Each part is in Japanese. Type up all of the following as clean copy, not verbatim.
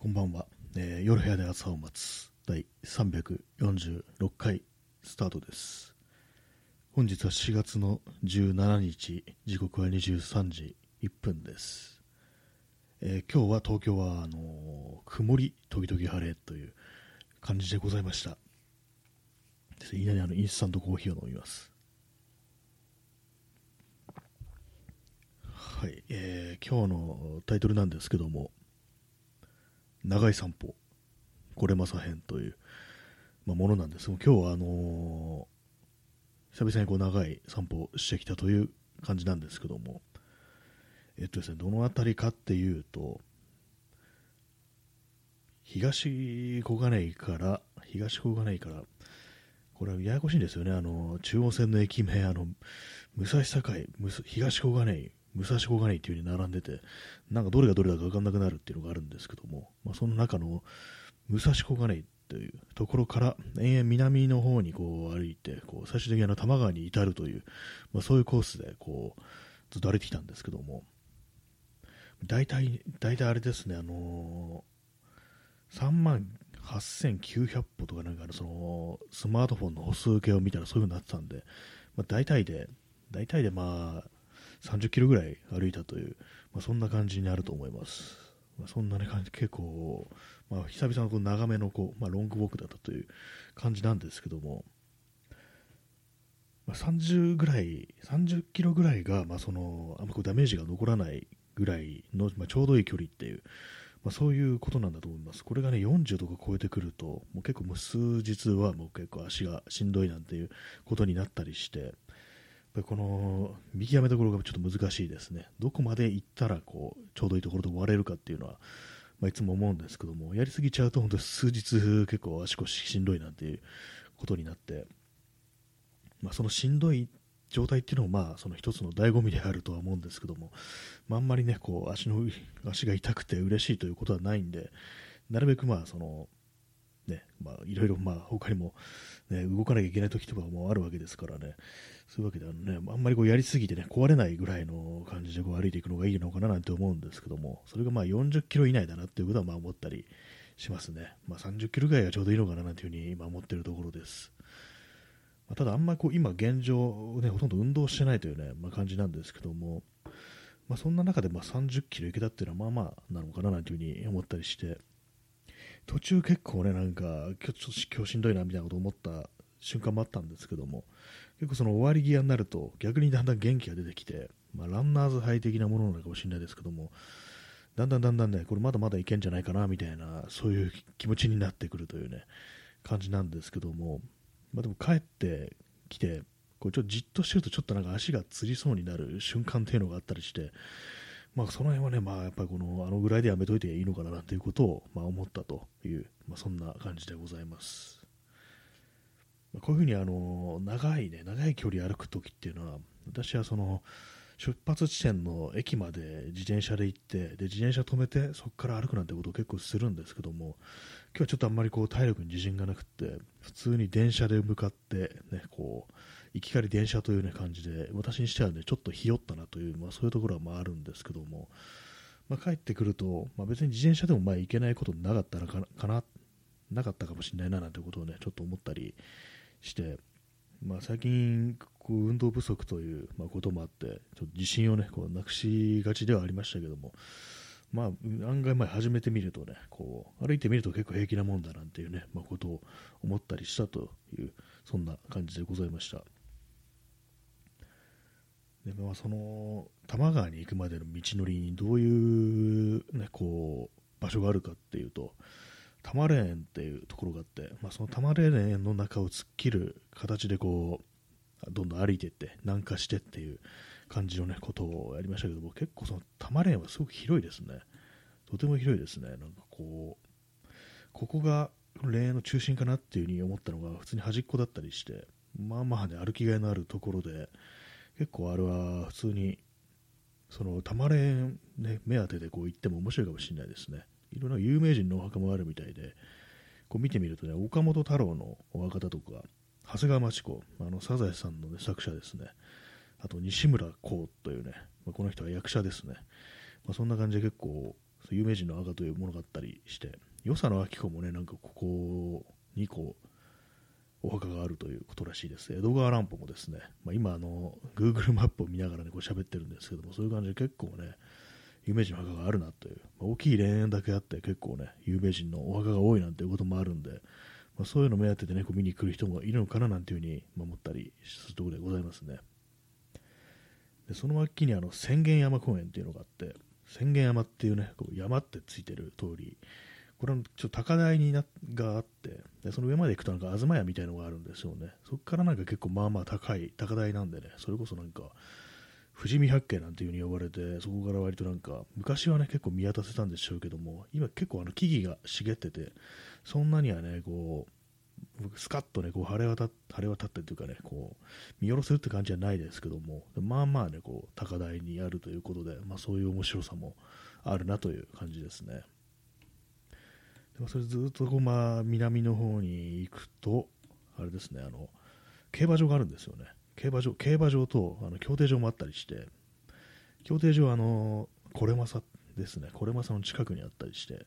こんばんは、夜部屋で朝を待つ第346回スタートです。本日は4月の17日、時刻は23時1分です。今日は東京は曇り時々晴れという感じでございました。いきなりインスタントコーヒーを飲みます。はい、今日のタイトルなんですけども、長い散歩これまさ編という、ものなんですが、今日は久々に長い散歩をしてきたという感じなんですけども、ですね、どの辺りかっていうと、東小金井から、これはややこしいんですよね。中央線の駅名、武蔵境、東小金井、武蔵小金井っていう風に並んでて、なんかどれがどれだか分かんなくなるっていうのがあるんですけども、その中の武蔵小金井というところから延々南の方にこう歩いて、最終的に多摩川に至るという、そういうコースでずっと歩いてきたんですけども、大体あれですね、3万8900歩とかなんかそのスマートフォンの歩数計を見たらそういう風になってたんで、大体で30キロぐらい歩いたという、そんな感じになると思います。そんなね感じ、結構、久々の長めのロングウォークだったという感じなんですけども、30キロぐらいが、あんまダメージが残らないぐらいの、ちょうどいい距離っていう、そういうことなんだと思います。これがね、40とか超えてくると、もう結構もう数日はもう結構足がしんどいなんていうことになったりして、この見極めどころがちょっと難しいですね。どこまで行ったらちょうどいいところと割れるかっていうのは、いつも思うんですけども、やりすぎちゃうと本当に数日結構足腰しんどいなんていうことになって、そのしんどい状態っていうのもその一つの醍醐味であるとは思うんですけども、あんまりね足が痛くて嬉しいということはないんで、なるべくいろいろ他にも、動かなきゃいけない時とかもあるわけですからね、そういうわけではね、あんまりやりすぎてね壊れないぐらいの感じで歩いていくのがいいのかななんて思うんですけども、それが40キロ以内だなっていうことは思ったりしますね。30キロぐらいがちょうどいいのかななんていうふうに今思っているところです。ただあんまり今現状、ほとんど運動してないというね、感じなんですけども、そんな中で30キロいけたっていうのはなのかななんていうふうに思ったりして、途中結構ねなんか今日しんどいなみたいなことを思った瞬間もあったんですけども、結構その終わり際になると逆にだんだん元気が出てきて、ランナーズハイ的なものなのかもしれないですけども、だんだんねこれまだまだいけんじゃないかなみたいな、そういう気持ちになってくるというね感じなんですけども、でも帰ってきてちょっとじっとしてるとちょっとなんか足がつりそうになる瞬間っていうのがあったりして、その辺はね、やっぱりあのぐらいでやめといていいのかなということを、思ったという、そんな感じでございます。こういうふうに長い距離歩くときっていうのは、私は出発地点の駅まで自転車で行って、で自転車止めてそこから歩くなんてことを結構するんですけども、今日はちょっとあんまり体力に自信がなくて、普通に電車で向かってね、行き帰り電車という、感じで、私にしてはねちょっとひよったなという、そういうところはあるんですけども、帰ってくると、別に自転車でも行けないことなかったかったかもしれないななんてことをねちょっと思ったりして、最近運動不足という、こともあってちょっと自信をねなくしがちではありましたけども、案外始めてみるとね歩いてみると結構平気なもんだなんていうね、ことを思ったりしたという、そんな感じでございました。でその多摩川に行くまでの道のりにどういう、場所があるかっていうと、多摩レーンっていうところがあって、その多摩レーンの中を突っ切る形でどんどん歩いていって南下してっていう感じのねことをやりましたけども、結構その多摩レーンはすごく広いですね。とても広いですね。なんかここがレーンの中心かなっていう風に思ったのが普通に端っこだったりして、ね歩きがいのあるところで、結構あれは普通にその多摩レーン、ね、目当てで行っても面白いかもしれないですね。いろんな有名人のお墓もあるみたいで、見てみるとね、岡本太郎のお墓だとか、長谷川町子、サザエさんの、ね、作者ですね。あと西村光というね、この人は役者ですね。そんな感じで結構有名人の墓というものがあったりして、与謝野晶子もね、なんかここにお墓があるということらしいです。江戸川乱歩もですね、今Google マップを見ながらね、喋ってるんですけども、そういう感じで結構ね、有名人の墓があるなという、大きい霊園だけあって結構ね、有名人のお墓が多いなんていうこともあるんで、そういうの目当てでね、見に来る人もいるのかななんていうふうに思ったりするところでございますね。でその脇に浅間山公園っていうのがあって、浅間山っていうね、山ってついてる通り、これはちょっと高台があって、でその上まで行くとなんか東屋みたいなのがあるんですよね。そこからなんか結構まあまあ高台なんでね、それこそなんか富士見百景なんていう風に呼ばれて、そこから割となんか昔はね結構見渡せたんでしょうけども、今結構木々が茂ってて、そんなにはねスカッとね晴れ渡ってというかね見下ろせるって感じはないですけども、まあまあね高台にあるということで、そういう面白さもあるなという感じですね。でそれずっと南の方に行くとあれですね、競馬場があるんですよね。競馬場と競艇場もあったりして、競艇場はコレマサですね、コレマサの近くにあったりして、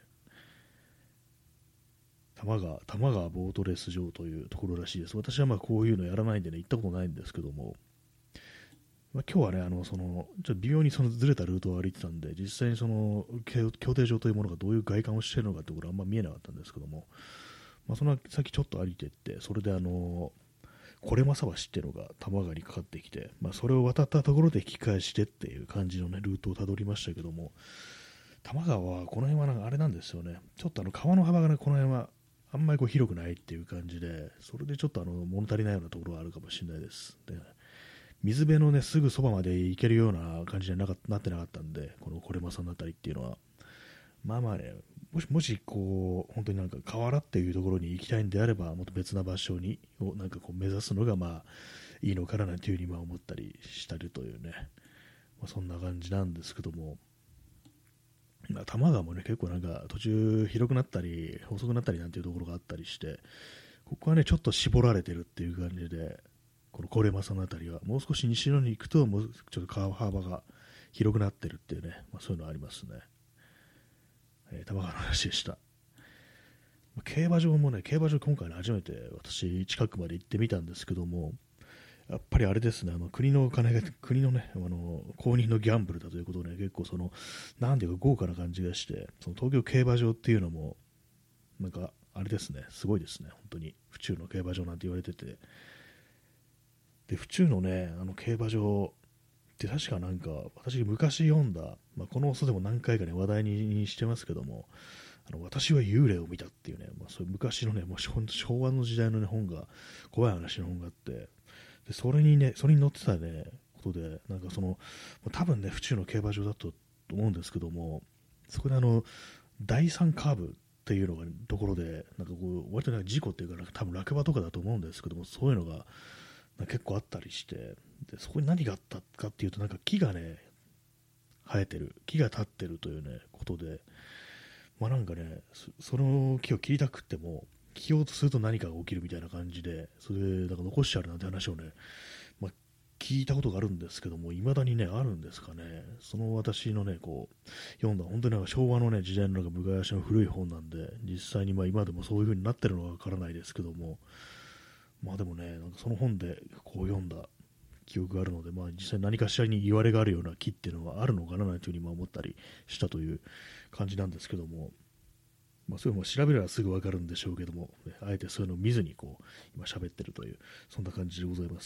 多摩川ボートレース場というところらしいです。私はこういうのやらないんでね、行ったことないんですけども、今日はね、ちょっと微妙にずれたルートを歩いてたんで、実際に競艇場というものがどういう外観をしているのかというところはあんま見えなかったんですけども、その先ちょっと歩いていって、それでこれまさ橋っていうのが多摩川にかかってきて、それを渡ったところで引き返してっていう感じのね、ルートをたどりましたけども、多摩川はこの辺はなんかあれなんですよね、ちょっと川の幅がね、この辺はあんまり広くないっていう感じで、それでちょっと物足りないようなところがあるかもしれないです。で水辺のね、すぐそばまで行けるような感じにはなってなかったんで、これまさんのあたりっていうのは、まあね、もし本当になんか河原っていうところに行きたいんであれば、もっと別な場所をなんか目指すのがいいのかななんていうふうに思ったりしたりというね、そんな感じなんですけども、多摩川もね、結構なんか途中広くなったり細くなったりなんていうところがあったりして、ここはねちょっと絞られてるっていう感じで、これまさのあたりはもう少し西のに行くともうちょっと川幅が広くなってるっていうね、そういうのありますね。多摩川の話でした。競馬場もね、競馬場今回初めて私近くまで行ってみたんですけども、やっぱりあれですね、国のね、公認のギャンブルだということで、結構なんていうか豪華な感じがして、その東京競馬場っていうのも、なんかあれですね、すごいですね、本当に府中の競馬場なんて言われてて、で府中のね、競馬場って確かなんか、私昔読んだ、この放送でも何回かね、話題にしてますけども、私は幽霊を見たっていうね、そういう昔のね、昭和の時代の、ね、本が、怖い話の本があって、でそれに載ってたね、ことで、なんか多分ね、府中の競馬場だと思うんですけども、そこで第三カーブっていうのがところで、なんか割となんか事故っていうか、多分落馬とかだと思うんですけども、そういうのが結構あったりして、でそこに何があったかっていうと、なんか木がね、生えてる、木が立ってるというね、ことで、なんかね、その木を切りたくっても、切ろうとすると何かが起きるみたいな感じで、それでなんか残してあるなんて話をね、聞いたことがあるんですけども、未だにね、あるんですかね。その私のね、読んだ、本当になんか昭和のね、時代のなんか昔の古い本なんで、実際に今でもそういう風になってるのはわからないですけども、でもね、なんかその本で読んだ記憶があるので、実際何かしらに言われがあるような木っていうのはあるのかなというふうに思ったりしたという感じなんですけども、そういうのも調べればすぐ分かるんでしょうけども、ね、あえてそういうのを見ずに今喋ってるという、そんな感じでございます。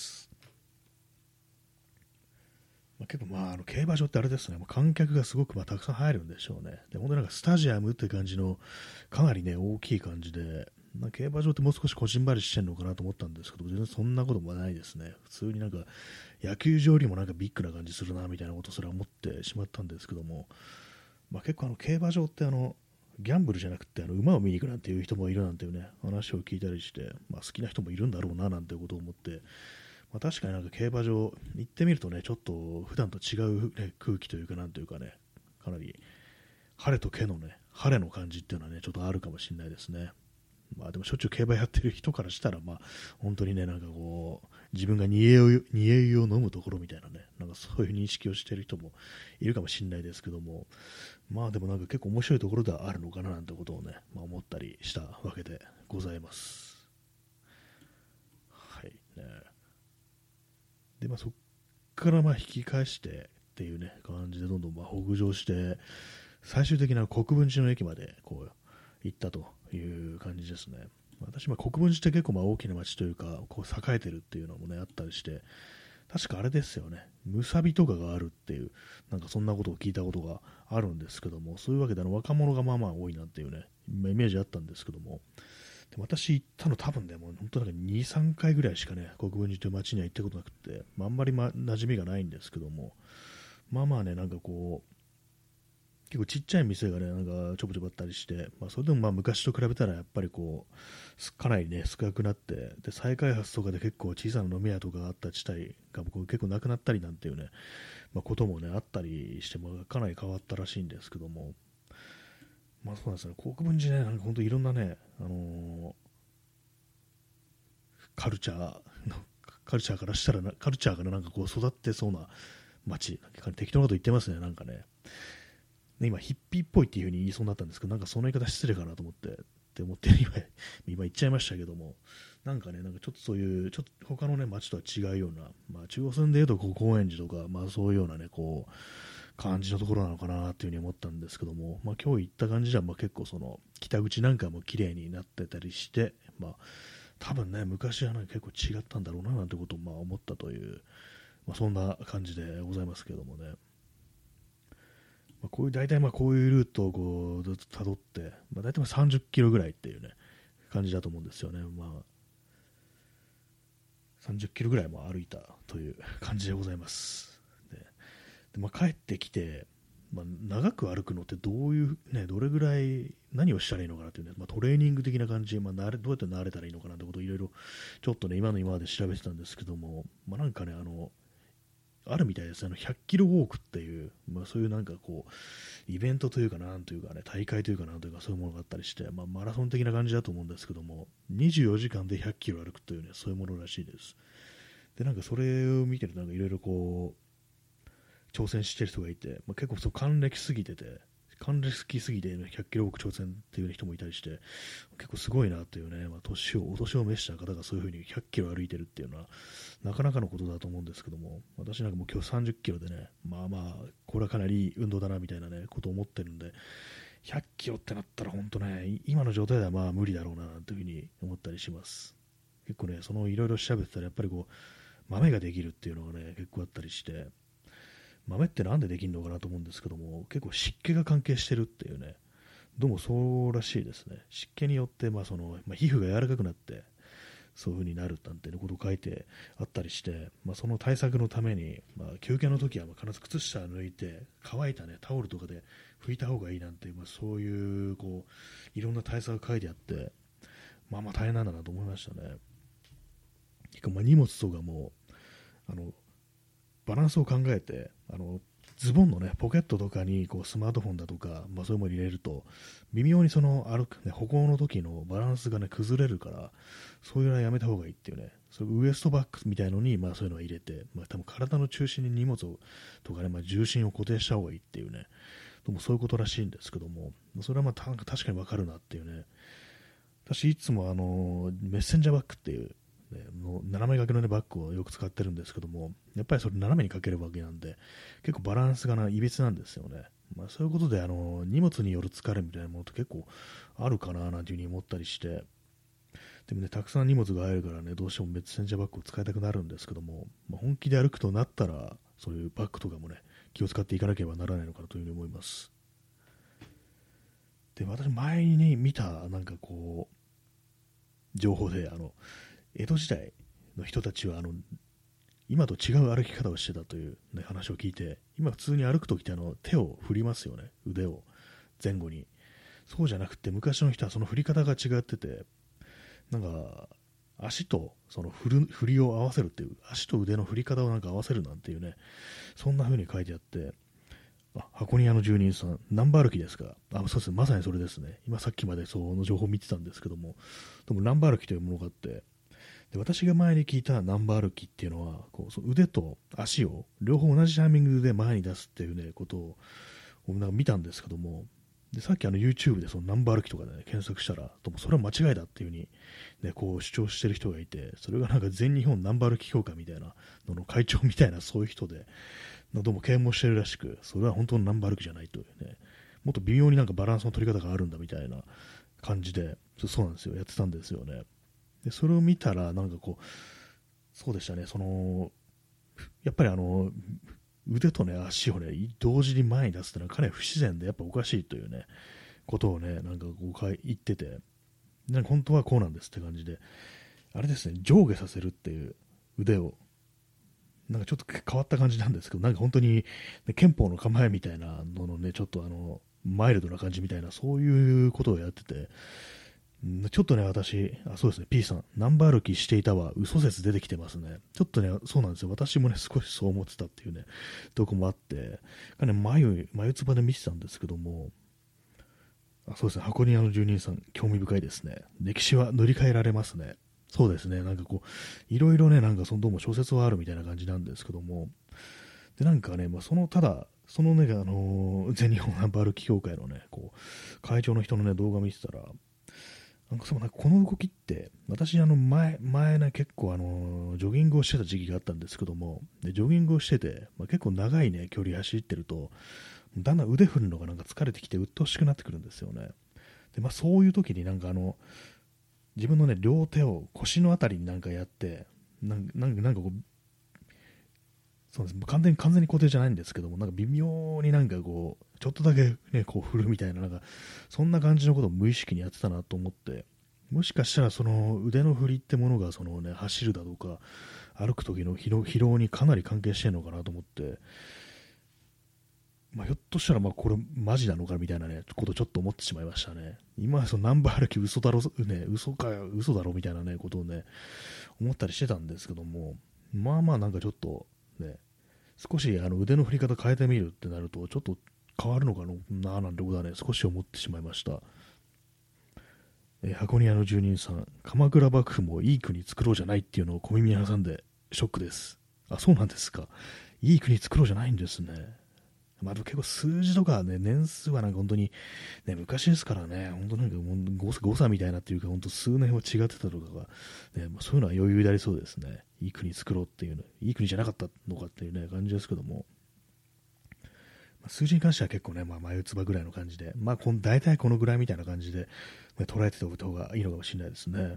けど競馬場ってあれですね、観客がすごくたくさん入るんでしょうね。で本当になんかスタジアムって感じのかなりね大きい感じで、競馬場ってもう少しこじんまりしてるのかなと思ったんですけど、全然そんなこともないですね。普通になんか野球場よりもなんかビッグな感じするなみたいなことすら思ってしまったんですけども、結構競馬場ってギャンブルじゃなくて馬を見に行くなんていう人もいるなんていうね話を聞いたりして、好きな人もいるんだろうななんてことを思って、確かになんか競馬場行ってみるとね、ちょっと普段と違う、ね、空気というかなんというかね、かなり晴れと毛のね晴れの感じっていうのはねちょっとあるかもしれないですね。 まあでもしょっちゅう競馬やってる人からしたら、まあ本当にね、なんかこう、自分が煮え湯を飲むところみたいなね、なんかそういう認識をしている人もいるかもしれないですけども、まあでもなんか結構面白いところではあるのかななんてことをね、まあ、思ったりしたわけでございます。はいね。で、まあそっからまあ引き返してっていうね、感じでどんどんまあ北上して、最終的な国分寺の駅までこう行ったという感じですね。私、国分寺って結構大きな町というか、こう栄えてるっていうのもね、あったりして、確かあれですよね、むさびとかがあるっていう、なんかそんなことを聞いたことがあるんですけども、そういうわけで若者がまあまあ多いなっていうね、イメージあったんですけども、で私行ったの多分ね、もう本当なんか2、3回ぐらいしかね、国分寺という町には行ったことなくて、あんまり馴染みがないんですけども、まあまあね、なんかこう、結構ちっちゃい店がね、なんかちょぼちょぼあったりして、それでも昔と比べたらやっぱりこう、かなりね、少なくなって、で、再開発とかで結構小さな飲み屋とかがあった地帯が僕結構なくなったりなんていうね、こともね、あったりして、かなり変わったらしいんですけども、そうなんですね、国分寺ね、なんか本当いろんなね、カルチャーの、カルチャーからしたらカルチャーからなんかこう育ってそうな街、適当なこと言ってますね、なんかね。今ヒッピーっぽいっていう風に言いそうになったんですけど、なんかその言い方失礼かなと思って今言っちゃいましたけども、なんかね、なんかちょっとそういうちょっと他のね街とは違うような、中央線でいうとこう高円寺とか、そういうようなねこう感じのところなのかなっていう風に思ったんですけども、今日行った感じでは結構その北口なんかも綺麗になってたりして、多分ね昔はね結構違ったんだろうななんてことを思ったという、そんな感じでございますけどもね。こういう大体こういうルートをこうずっと辿って、大体30キロぐらいっていうね感じだと思うんですよね。30キロぐらいも歩いたという感じでございます。で帰ってきて、長く歩くのってどういうねどれぐらい何をしたらいいのかなというね、トレーニング的な感じで、どうやって慣れたらいいのかなということをいろいろちょっとね今まで調べてたんですけども、なんかねあるみたいですね、100キロウォークっていう、そういうなんかこう、イベントというかなんというかね、大会というかなんというかそういうものがあったりして、マラソン的な感じだと思うんですけども、24時間で100キロ歩くというね、そういうものらしいです。で、なんかそれを見てると、なんかいろいろこう、挑戦してる人がいて、結構そう還暦すぎてて、還暦すぎて、ね、100キロウォーク挑戦っていう人もいたりして、結構すごいなというね、お年を召した方がそういうふうに100キロ歩いてるっていうのは、なかなかのことだと思うんですけども、私なんかもう今日30キロでね、これはかなりいい運動だなみたいなね、ことを思ってるんで、100キロってなったら本当ね、今の状態では無理だろうなというふうに思ったりします。結構ね、そのいろいろ調べてたら、やっぱりこう、豆ができるっていうのがね、結構あったりして、豆ってなんでできるのかなと思うんですけども、結構湿気が関係してるっていうね、どうもそうらしいですね。湿気によって、皮膚が柔らかくなって、そういう風になるなんていうことを書いてあったりして、その対策のために、休憩の時は必ず靴下を抜いて、乾いた、ね、タオルとかで拭いた方がいいなんていう、そういうこういろんな対策が書いてあって、大変なんだなと思いましたね。結構荷物とかもバランスを考えてズボンの、ね、ポケットとかにこうスマートフォンだとか、そういうものを入れると微妙にその歩く、ね、歩行の時のバランスが、ね、崩れるから、そういうのはやめた方がいいっていうね、そウエストバッグみたいのに、そういうのを入れて、多分体の中心に荷物をとかね、重心を固定した方がいいっていうね、でもそういうことらしいんですけども、それは確かにわかるなっていうね。私いつもメッセンジャーバッグっていう斜め掛けの、ね、バッグをよく使ってるんですけども、やっぱりそれ斜めにかけるわけなんで、結構バランスがいびつなんですよね。そういうことで荷物による疲れみたいなものって結構あるかななんていうふうに思ったりして、でもね、たくさん荷物が入るからね、どうしてもメッセンジャーバッグを使いたくなるんですけども、本気で歩くとなったら、そういうバッグとかもね、気を使っていかなければならないのかなというふうに思います。で、私前に、ね、見た、なんかこう、情報で、江戸時代の人たちは今と違う歩き方をしてたという、ね、話を聞いて、今普通に歩くときって手を振りますよね、腕を前後に。そうじゃなくて昔の人はその振り方が違ってて、なんか足とその振りを合わせるっていう、足と腕の振り方をなんか合わせるなんていうね、そんな風に書いてあって、 箱庭の住人さん、ナンバ歩きですか？そうですね、まさにそれですね。今さっきまでその情報を見てたんですけども、でもナンバ歩きというものがあって、で私が前に聞いたナンバ歩きっていうのは、こうその腕と足を両方同じタイミングで前に出すっていうね、ことをなんか見たんですけども、でさっきYouTube でそのナンバ歩きとかで、ね、検索したら、それは間違いだっていう風に、ね、こう主張してる人がいて、それがなんか全日本ナンバ歩き協会みたいなのの会長みたいなそういう人で、どうも啓蒙してるらしく、それは本当のナンバ歩きじゃないというね、もっと微妙になんかバランスの取り方があるんだみたいな感じで、そうなんですよ、やってたんですよね。でそれを見たら、なんかこう、そうでしたね、やっぱり腕とね、足をね、同時に前に出すってのはかなり不自然で、やっぱおかしいというね、ことをね、なんかこう言ってて、なんか本当はこうなんですって感じで、あれですね、上下させるっていう腕を、なんかちょっと変わった感じなんですけど、なんか本当に、ね、憲法の構えみたいなののね、ちょっとマイルドな感じみたいな、そういうことをやってて、ちょっとね、私、そうですね、P さん、ナンバー歩きしていたわ、嘘説出てきてますね。ちょっとね、そうなんですよ。私もね、少しそう思ってたっていうね、とこもあって、眉唾で見てたんですけども、そうですね、箱庭の住人さん、興味深いですね。歴史は塗り替えられますね。そうですね、なんかこう、いろいろね、なんかどうも小説はあるみたいな感じなんですけども、で、なんかね、ただ、そのね、全日本ナンバー歩き協会のね、こう、会長の人のね、動画見てたら、なんかこの動きって、私、前ね、結構、ジョギングをしてた時期があったんですけども、でジョギングをしてて、結構長いね、距離走ってると、だんだん腕振るのがなんか疲れてきて、鬱陶しくなってくるんですよね。で、そういう時になんか自分のね、両手を腰のあたりになんかやって、なんかこう、そうです、完全に固定じゃないんですけども、なんか微妙になんかこう、ちょっとだけね、こう振るみたいな、なんか、そんな感じのことを無意識にやってたなと思って、もしかしたらその腕の振りってものがそのね、走るだとか、歩く時の疲労にかなり関係してるのかなと思って、ひょっとしたらこれマジなのかみたいなね、ことをちょっと思ってしまいましたね。今そのナンバー歩き嘘だろ、ね、嘘だろみたいなね、ことをね、思ったりしてたんですけども、なんかちょっとね、少し腕の振り方変えてみるってなると、ちょっと変わるのかななんてことはね、少し思ってしまいました。箱庭の住人さん、鎌倉幕府もいい国作ろうじゃないっていうのを小耳に挟んでショックです。そうなんですか。いい国作ろうじゃないんですね。でも結構数字とかね、年数はなんか本当に、ね、昔ですからね、本当なんか誤差みたいなっていうか、本当数年は違ってたとかが、ね、そういうのは余裕でありそうですね。いい国作ろうっていうの、いい国じゃなかったのかっていうね、感じですけども、数字に関しては結構ね、眉唾ぐらいの感じで、大体このぐらいみたいな感じで、捉えておいた方がいいのかもしれないですね。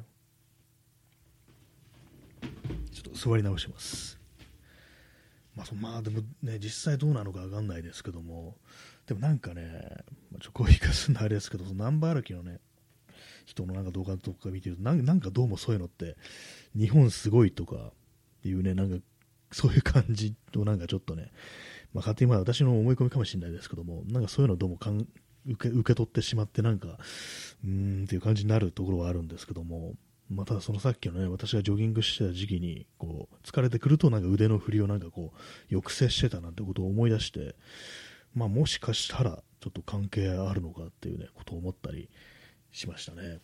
ちょっと座り直します。でもね、実際どうなのかわかんないですけども、でもなんかね、こういう言い方するのはあれですけど、ナンバー歩きのね、人のなんか動画とか見てると、なんかどうもそういうのって、日本すごいとかいうね、なんかそういう感じとなんかちょっとね、勝手に私の思い込みかもしれないですけども、なんかそういうのをどうも受け取ってしまって、なんか、っていう感じになるところはあるんですけども、ただそのさっきのね、私がジョギングしてた時期に、こう、疲れてくるとなんか腕の振りをなんかこう、抑制してたなんてことを思い出して、もしかしたらちょっと関係あるのかっていうね、ことを思ったりしましたね。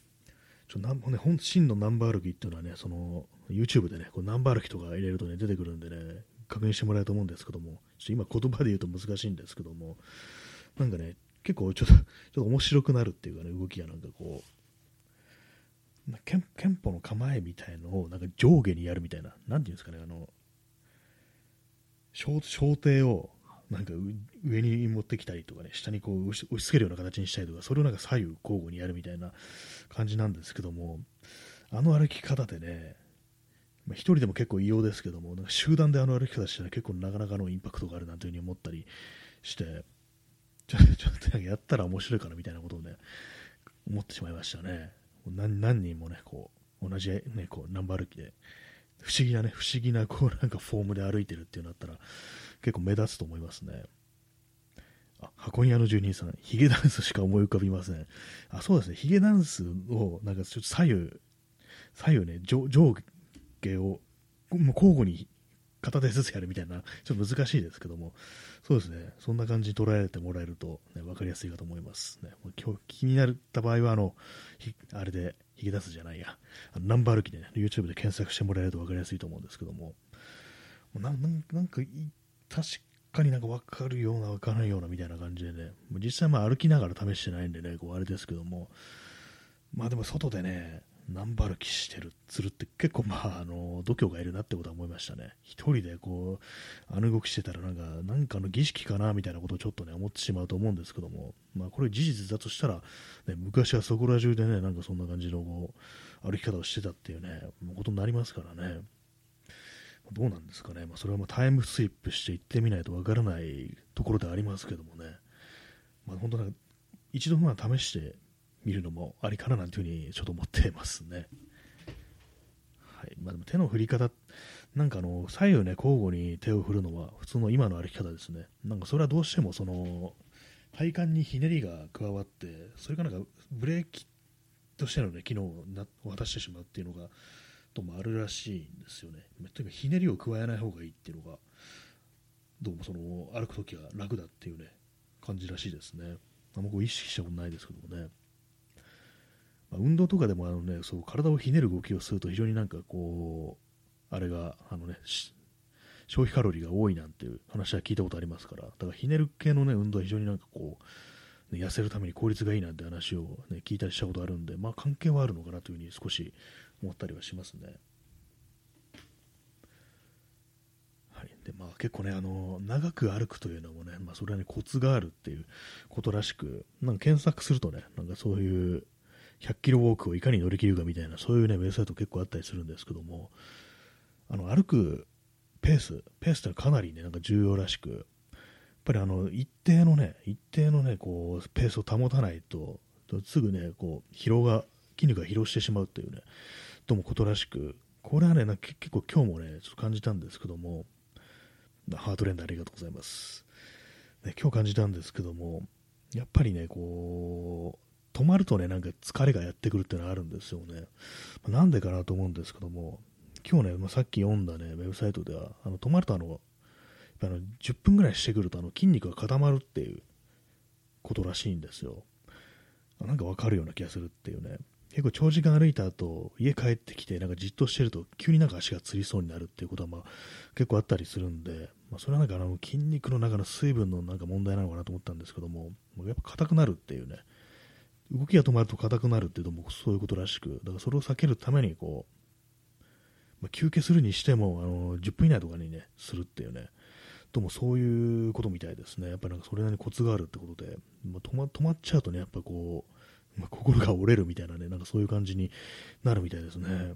真のナンバー歩きっていうのはね、YouTube でね、こうナンバー歩きとか入れるとね、出てくるんでね、確認してもらえると思うんですけども、今言葉で言うと難しいんですけども、なんかね、結構ちょっと面白くなるっていうかね、動きがなんかこう、憲法の構えみたいのをなんか上下にやるみたいな、なんていうんですかね、小艇をなんか上に持ってきたりとかね、下にこう押し付けるような形にしたりとか、それをなんか左右交互にやるみたいな感じなんですけども、歩き方でね、一人でも結構異様ですけども、なんか集団で歩き方したら結構なかなかのインパクトがあるなというふうに思ったりして、ちょっとやったら面白いかなみたいなことをね、思ってしまいましたね。何人もね、こう、同じね、こう、ナンバー歩きで、不思議な、こう、なんかフォームで歩いてるっていうのだったら、結構目立つと思いますね。箱庭の住人さん、ヒゲダンスしか思い浮かびません。そうですね、ヒゲダンスを、なんかちょっと左右ね、上下を、もう交互に片手ずつやるみたいな、ちょっと難しいですけども、そうですね、そんな感じに捉えてもらえると、ね、分かりやすいかと思います。ね、もう今日気になった場合は、あれで引き出すじゃないや、ナンバー歩きで、ね、YouTube で検索してもらえると分かりやすいと思うんですけども、なんか確かになんか分かるような分からないようなみたいな感じでね、実際まあ歩きながら試してないんでね、こうあれですけども、まあでも外でね、ナンバ歩きするって結構まあ度胸がいるなってことは思いましたね。一人でこう動きしてたらなんかの儀式かなみたいなことをちょっとね思ってしまうと思うんですけども、まあこれ事実だとしたら、ね、昔はそこら中でねなんかそんな感じのこう歩き方をしてたっていうねことになりますからね。どうなんですかね。まあそれはまあタイムスリップして行ってみないとわからないところではありますけどもね。まあ本当なんか一度まあ試して見るのもありかななんていうふうにちょっと思ってますね。はい。まあ、でも手の振り方、なんか左右ね、交互に手を振るのは普通の今の歩き方ですね。なんかそれはどうしても体幹にひねりが加わって、それがなんかブレーキとしてのね、機能を渡してしまうっていうのが、どうもあるらしいんですよね。とにかくひねりを加えない方がいいっていうのが、どうも歩くときは楽だっていうね、感じらしいですね。あんまこう意識したことないですけどもね。まあ、運動とかでもそう体をひねる動きをすると非常になんかこうあれが消費カロリーが多いなんていう話は聞いたことありますから、だからひねる系のね運動は非常になんかこう、ね、痩せるために効率がいいなんて話を、ね、聞いたりしたことあるんで、まあ関係はあるのかなというふうに少し思ったりはしますね。はい、でまあ、結構ね長く歩くというのもね、まあ、それはねコツがあるっていうことらしく、なんか検索するとねなんかそういう100キロウォークをいかに乗り切るかみたいなそういうねウェブサイト結構あったりするんですけども、歩くペースってのはかなりねなんか重要らしく、やっぱり一定のねこうペースを保たないとすぐねこう筋肉が疲労してしまうというねともことらしく、これはね結構今日もねちょっと感じたんですけども、ハートレンダーありがとうございます、ね、今日感じたんですけども、やっぱりねこう止まるとねなんか疲れがやってくるっていうのがあるんですよね。なんでかなと思うんですけども、今日ね、さっき読んだねウェブサイトでは止まるとやっぱ10分ぐらいしてくると筋肉が固まるっていうことらしいんですよ。なんかわかるような気がするっていうね。結構長時間歩いた後家帰ってきてなんかじっとしてると急になんか足がつりそうになるっていうことは結構あったりするんで、それはなんか筋肉の中の水分のなんか問題なのかなと思ったんですけども、やっぱ硬くなるっていうね、動きが止まると硬くなるっていうのもそういうことらしく、だからそれを避けるためにこう、休憩するにしても10分以内とかにねするっていうね、ともそういうことみたいですね。やっぱりなんかそれなりにコツがあるってことで、止まっちゃうとねやっぱこう、心が折れるみたいなね、なんかそういう感じになるみたいですね。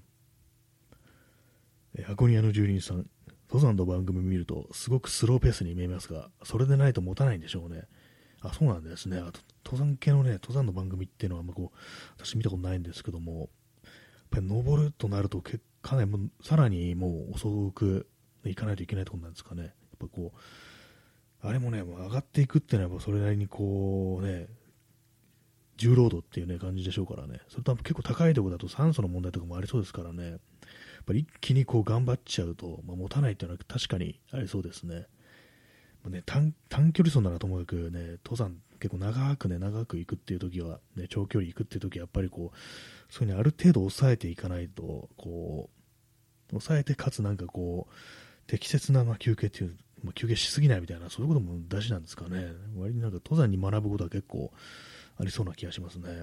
箱庭の住人さん、登山の番組見るとすごくスローペースに見えますが、それでないと持たないんでしょうね。あ、そうなんですね。あと登山系のね登山の番組っていうのはこう私見たことないんですけども、やっぱり登るとなるとかなりさらにもう遅く行かないといけないところなんですかね。やっぱこうあれもねもう上がっていくっていうのはそれなりにこうね重労働っていうね感じでしょうからね。それと結構高いところだと酸素の問題とかもありそうですからね。やっぱり一気にこう頑張っちゃうと、持たないっていうのは確かにありそうですね。短距離走ならともかくね、登山結構長く行くっていう時は、ね、長距離行くっていう時はやっぱりこうそういうのある程度抑えていかないと、こう抑えてかつなんかこう適切な休憩っていう、休憩しすぎないみたいなそういうことも大事なんですかね。割になんか登山に学ぶことは結構ありそうな気がしますね。やっ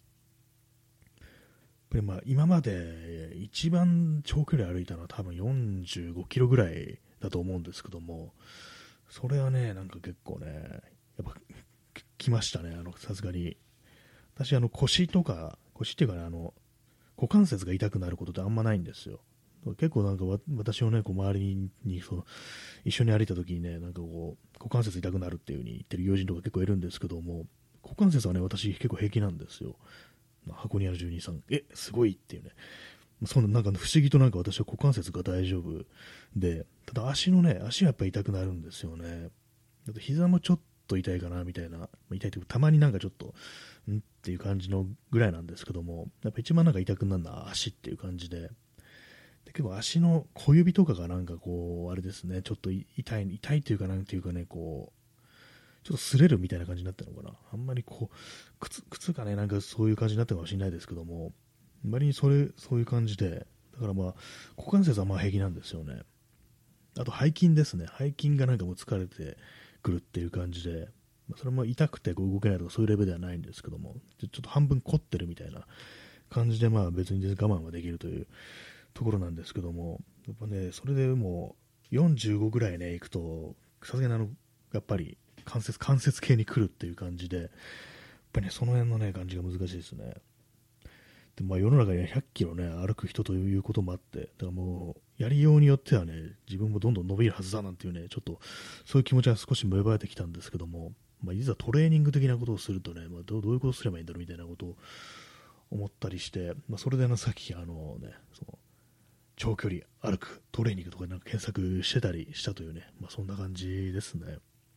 ぱり今まで一番長距離歩いたのは多分45キロぐらいだと思うんですけども、それはねなんか結構ねやっぱ来ましたね。さすがに私腰っていうかね股関節が痛くなることってあんまないんですよ。結構なんか私のねこう周りに一緒に歩いた時にねなんかこう股関節痛くなるっていう風に言ってる友人とか結構いるんですけども、股関節はね私結構平気なんですよ。箱にある住人さんすごいっていうね、そんななんか不思議となんか私は股関節が大丈夫で、ただ足はやっぱり痛くなるんですよね。だと膝もちょっと痛いかなみたいな、痛いというかたまになんかちょっとっていう感じのぐらいなんですけども、やっぱ一番なんか痛くなるのは足っていう感じで、 で結構足の小指とかがなんかこう、あれですね、ちょっと痛いというか、なんていうかね、こう、ちょっと擦れるみたいな感じになってるのかな。あんまりこう、靴がね、なんかそういう感じになってるかもしれないですけども、割にそういう感じで、だからまあ、股関節はまあ平気なんですよね。あと背筋ですね。背筋がなんかもう疲れてくるっていう感じで、それも痛くてこう動けないとかそういうレベルではないんですけども、ちょっと半分凝ってるみたいな感じで、まあ別に全然我慢はできるというところなんですけども、やっぱね、それでもう45ぐらいね、行くと、さすがにやっぱり関節系に来るっていう感じで、やっぱりね、その辺のね、感じが難しいですね。でまあ、世の中には100キロね、歩く人ということもあって、だからもう、やりようによってはね、自分もどんどん伸びるはずだなんていうね、ちょっと、そういう気持ちが少し芽生えてきたんですけども、まあ、いざトレーニング的なことをするとね、まあ、どういうことすればいいんだろうみたいなことを思ったりして、まあ、それでさっきその長距離歩くトレーニングとかなんか検索してたりしたというね、まあ、そんな感じですね。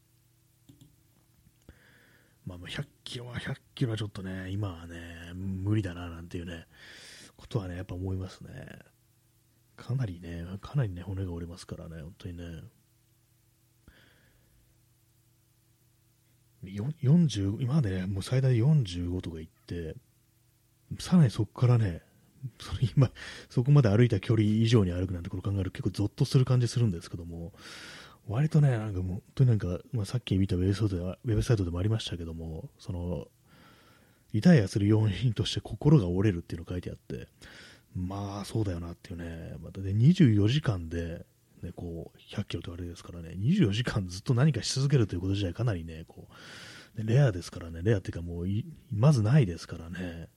まあ、100キロはちょっとね、今はね、無理だななんていうね、ことはね、やっぱ思いますね。かなりね、骨が折れますからね、本当にね。40、今までね、もう最大45とか行って、さらにそこからね、そこまで歩いた距離以上に歩くなんてことを考えると結構ゾッとする感じするんですけども、割とね、なんかもう本当になんか、まあ、さっき見たウェブサイトでもありましたけども、その、リタイアする要因として心が折れるっていうのが書いてあって、まあそうだよなっていうね、またね、24時間で、ね、こう100キロとあれですからね、24時間ずっと何かし続けるということ自体かなりね、こう、レアですからね、レアっていうかもうまずないですからね、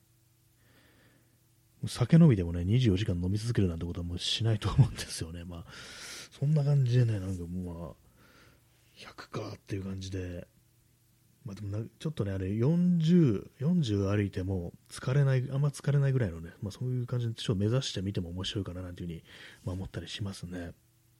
酒飲みでもね、24時間飲み続けるなんてことはもうしないと思うんですよね。まあ、そんな感じでね、なんかもう、100かっていう感じで、まあ、でもちょっとね、あれ40歩いてもあんま疲れないぐらいのね、まあ、そういう感じでちょっと目指してみても面白いかななんていうふうに、まあ、思ったりしますね。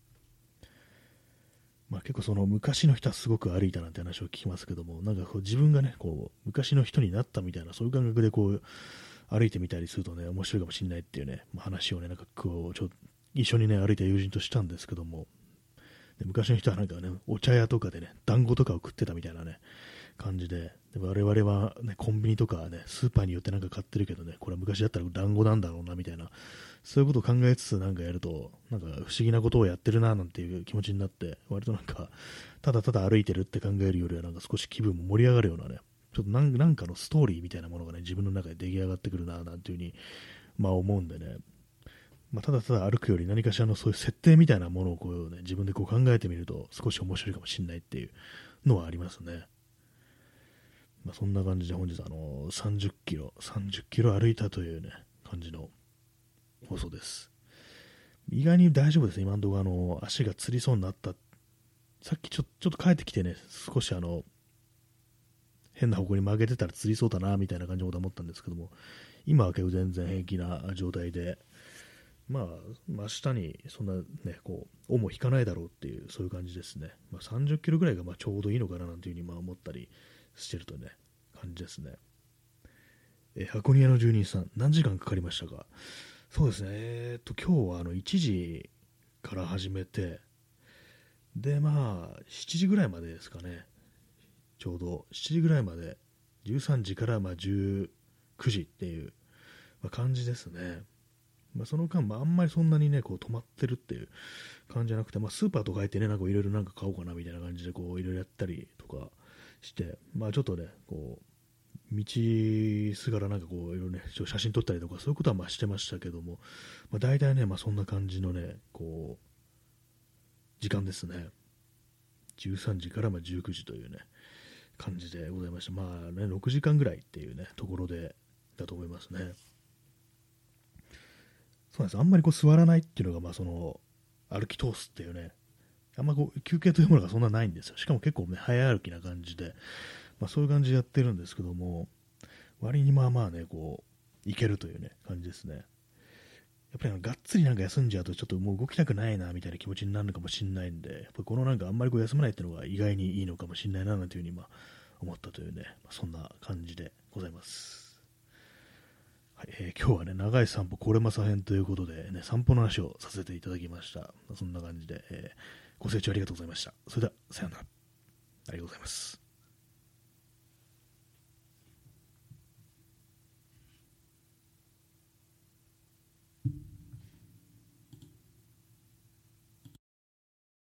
まあ、結構その昔の人はすごく歩いたなんて話を聞きますけども、なんかこう自分がね、こう昔の人になったみたいな、そういう感覚でこう歩いてみたりするとね、面白いかもしれないっていうね、まあ、話をね、なんかこう、一緒にね、歩いた友人としたんですけども、で昔の人はなんかね、お茶屋とかでね、団子とかを食ってたみたいなね、感じで、我々は、ね、コンビニとか、ね、スーパーによってなんか買ってるけどね、これは昔だったら団子なんだろうなみたいな、そういうことを考えつつなんかやると、なんか不思議なことをやってるななんていう気持ちになって、割となんか、ただただ歩いてるって考えるよりは、なんか少し気分も盛り上がるようなね、ちょっとなんかのストーリーみたいなものがね、自分の中で出来上がってくるななんていうふうに、まあ思うんでね、まあ、ただただ歩くより何かしらのそういう設定みたいなものをこう、ね、自分でこう考えてみると少し面白いかもしれないっていうのはありますね。まあ、そんな感じで本日30キロ歩いたというね、感じの放送です。意外に大丈夫ですね、今のところ足がつりそうになった。さっきちょっと帰ってきてね、少し変な方向に曲げてたらつりそうだな、みたいな感じのこと思ったんですけども、今は結構全然平気な状態で、まあ、真下にそんなね、こう、尾も引かないだろうっていう、そういう感じですね。まあ、30キロぐらいがまあちょうどいいのかななんていうふうにまあ思ったりしてるとね、感じですね。箱庭の住人さん、何時間かかりましたか？そうですね、今日は1時から始めて、で、まあ、7時ぐらいまでですかね、ちょうど7時ぐらいまで、13時からまあ19時っていう、まあ、感じですね。まあ、その間、あんまりそんなにね、こう止まってるっていう感じじゃなくて、まあ、スーパーとか入ってね、なんかいろいろなんか買おうかなみたいな感じで、こういろいろやったりとかして、まあちょっとね、こう、道すがらなんかこう、いろいろね、写真撮ったりとか、そういうことはまあしてましたけども、まあ大体ね、まあそんな感じのね、こう、時間ですね。13時からまあ19時というね、感じでございました。まあね、6時間ぐらいっていうね、ところで、だと思いますね。そうなんです。あんまりこう座らないっていうのが、まあその、歩き通すっていうね、あんまこう休憩というものがそんなないんですよ。しかも結構ね、早歩きな感じで、まあそういう感じでやってるんですけども、割にまあまあね、こう、いけるというね、感じですね。やっぱりがっつりなんか休んじゃうとちょっともう動きたくないなみたいな気持ちになるのかもしれないんで、やっぱこのなんかあんまりこう休まないっていうのが意外にいいのかもしれないななんていうふうにまあ思ったというね、まあ、そんな感じでございます。 はい、今日はね、長い散歩これまさ編ということで、ね、散歩の話をさせていただきました。そんな感じで、ご清聴ありがとうございました。それでは、さようなら。ありがとうございます。